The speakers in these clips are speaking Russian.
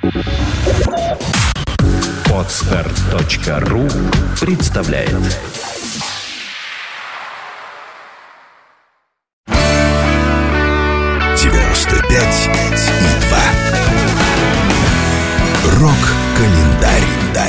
Podster.ru представляет. Рок-календарь.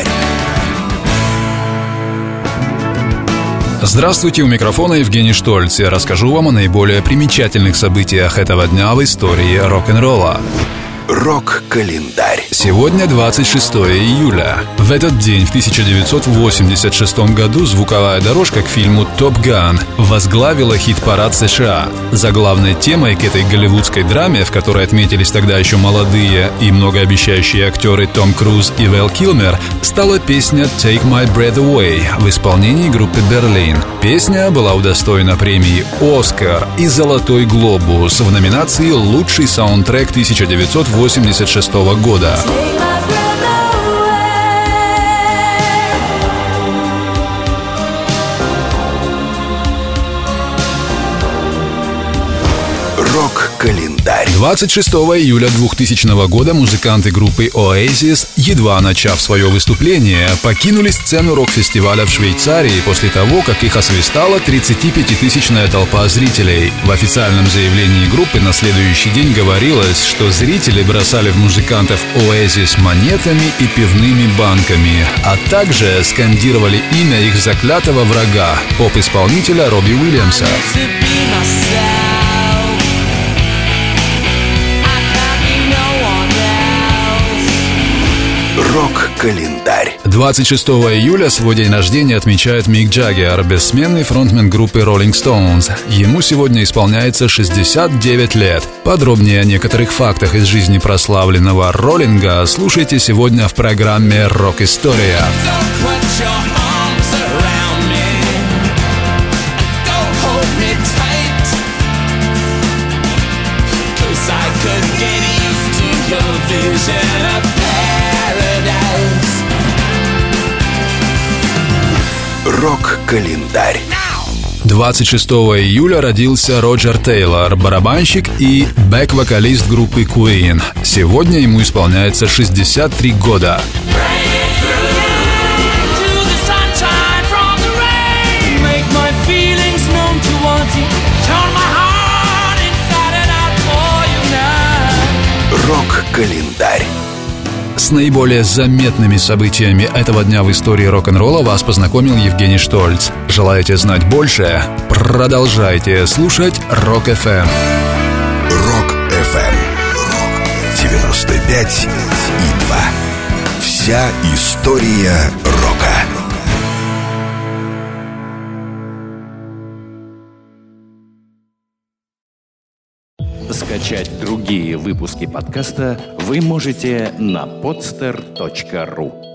Здравствуйте, у микрофона Евгений Штольц. Я расскажу вам о наиболее примечательных событиях этого дня в истории рок-н-ролла. Рок-календарь. Сегодня 26 июля. В этот день, в 1986 году, звуковая дорожка к фильму «Топ Ган» возглавила хит-парад США. Заглавной темой к этой голливудской драме, в которой отметились тогда еще молодые и многообещающие актеры Том Круз и Вэл Килмер, стала песня «Take My Breath Away» в исполнении группы «Берлин». Песня была удостоена премии «Оскар» и «Золотой глобус» в номинации «Лучший саундтрек 1986 года. Рок-календарь. 26 июля 2000 года музыканты группы Oasis, едва начав свое выступление, покинули сцену рок-фестиваля в Швейцарии после того, как их освистала 35-тысячная толпа зрителей. В официальном заявлении группы на следующий день говорилось, что зрители бросали в музыкантов Oasis монетами и пивными банками, а также скандировали имя их заклятого врага, поп-исполнителя Робби Уильямса. Рок-календарь. 26 июля свой день рождения отмечает Мик Джаггер, бессменный фронтмен группы Rolling Stones. Ему сегодня исполняется 69 лет. Подробнее о некоторых фактах из жизни прославленного роллинга слушайте сегодня в программе «Рок-история». Рок-календарь. 26 июля родился Роджер Тейлор, барабанщик и бэк-вокалист группы Queen. Сегодня ему исполняется 63 года. Рок-календарь. С наиболее заметными событиями этого дня в истории рок-н-ролла вас познакомил Евгений Штольц. Желаете знать больше? Продолжайте слушать Рок-ФМ. Рок-ФМ. 95,2. Вся история рока. Скачать другие выпуски подкаста вы можете на podster.ru.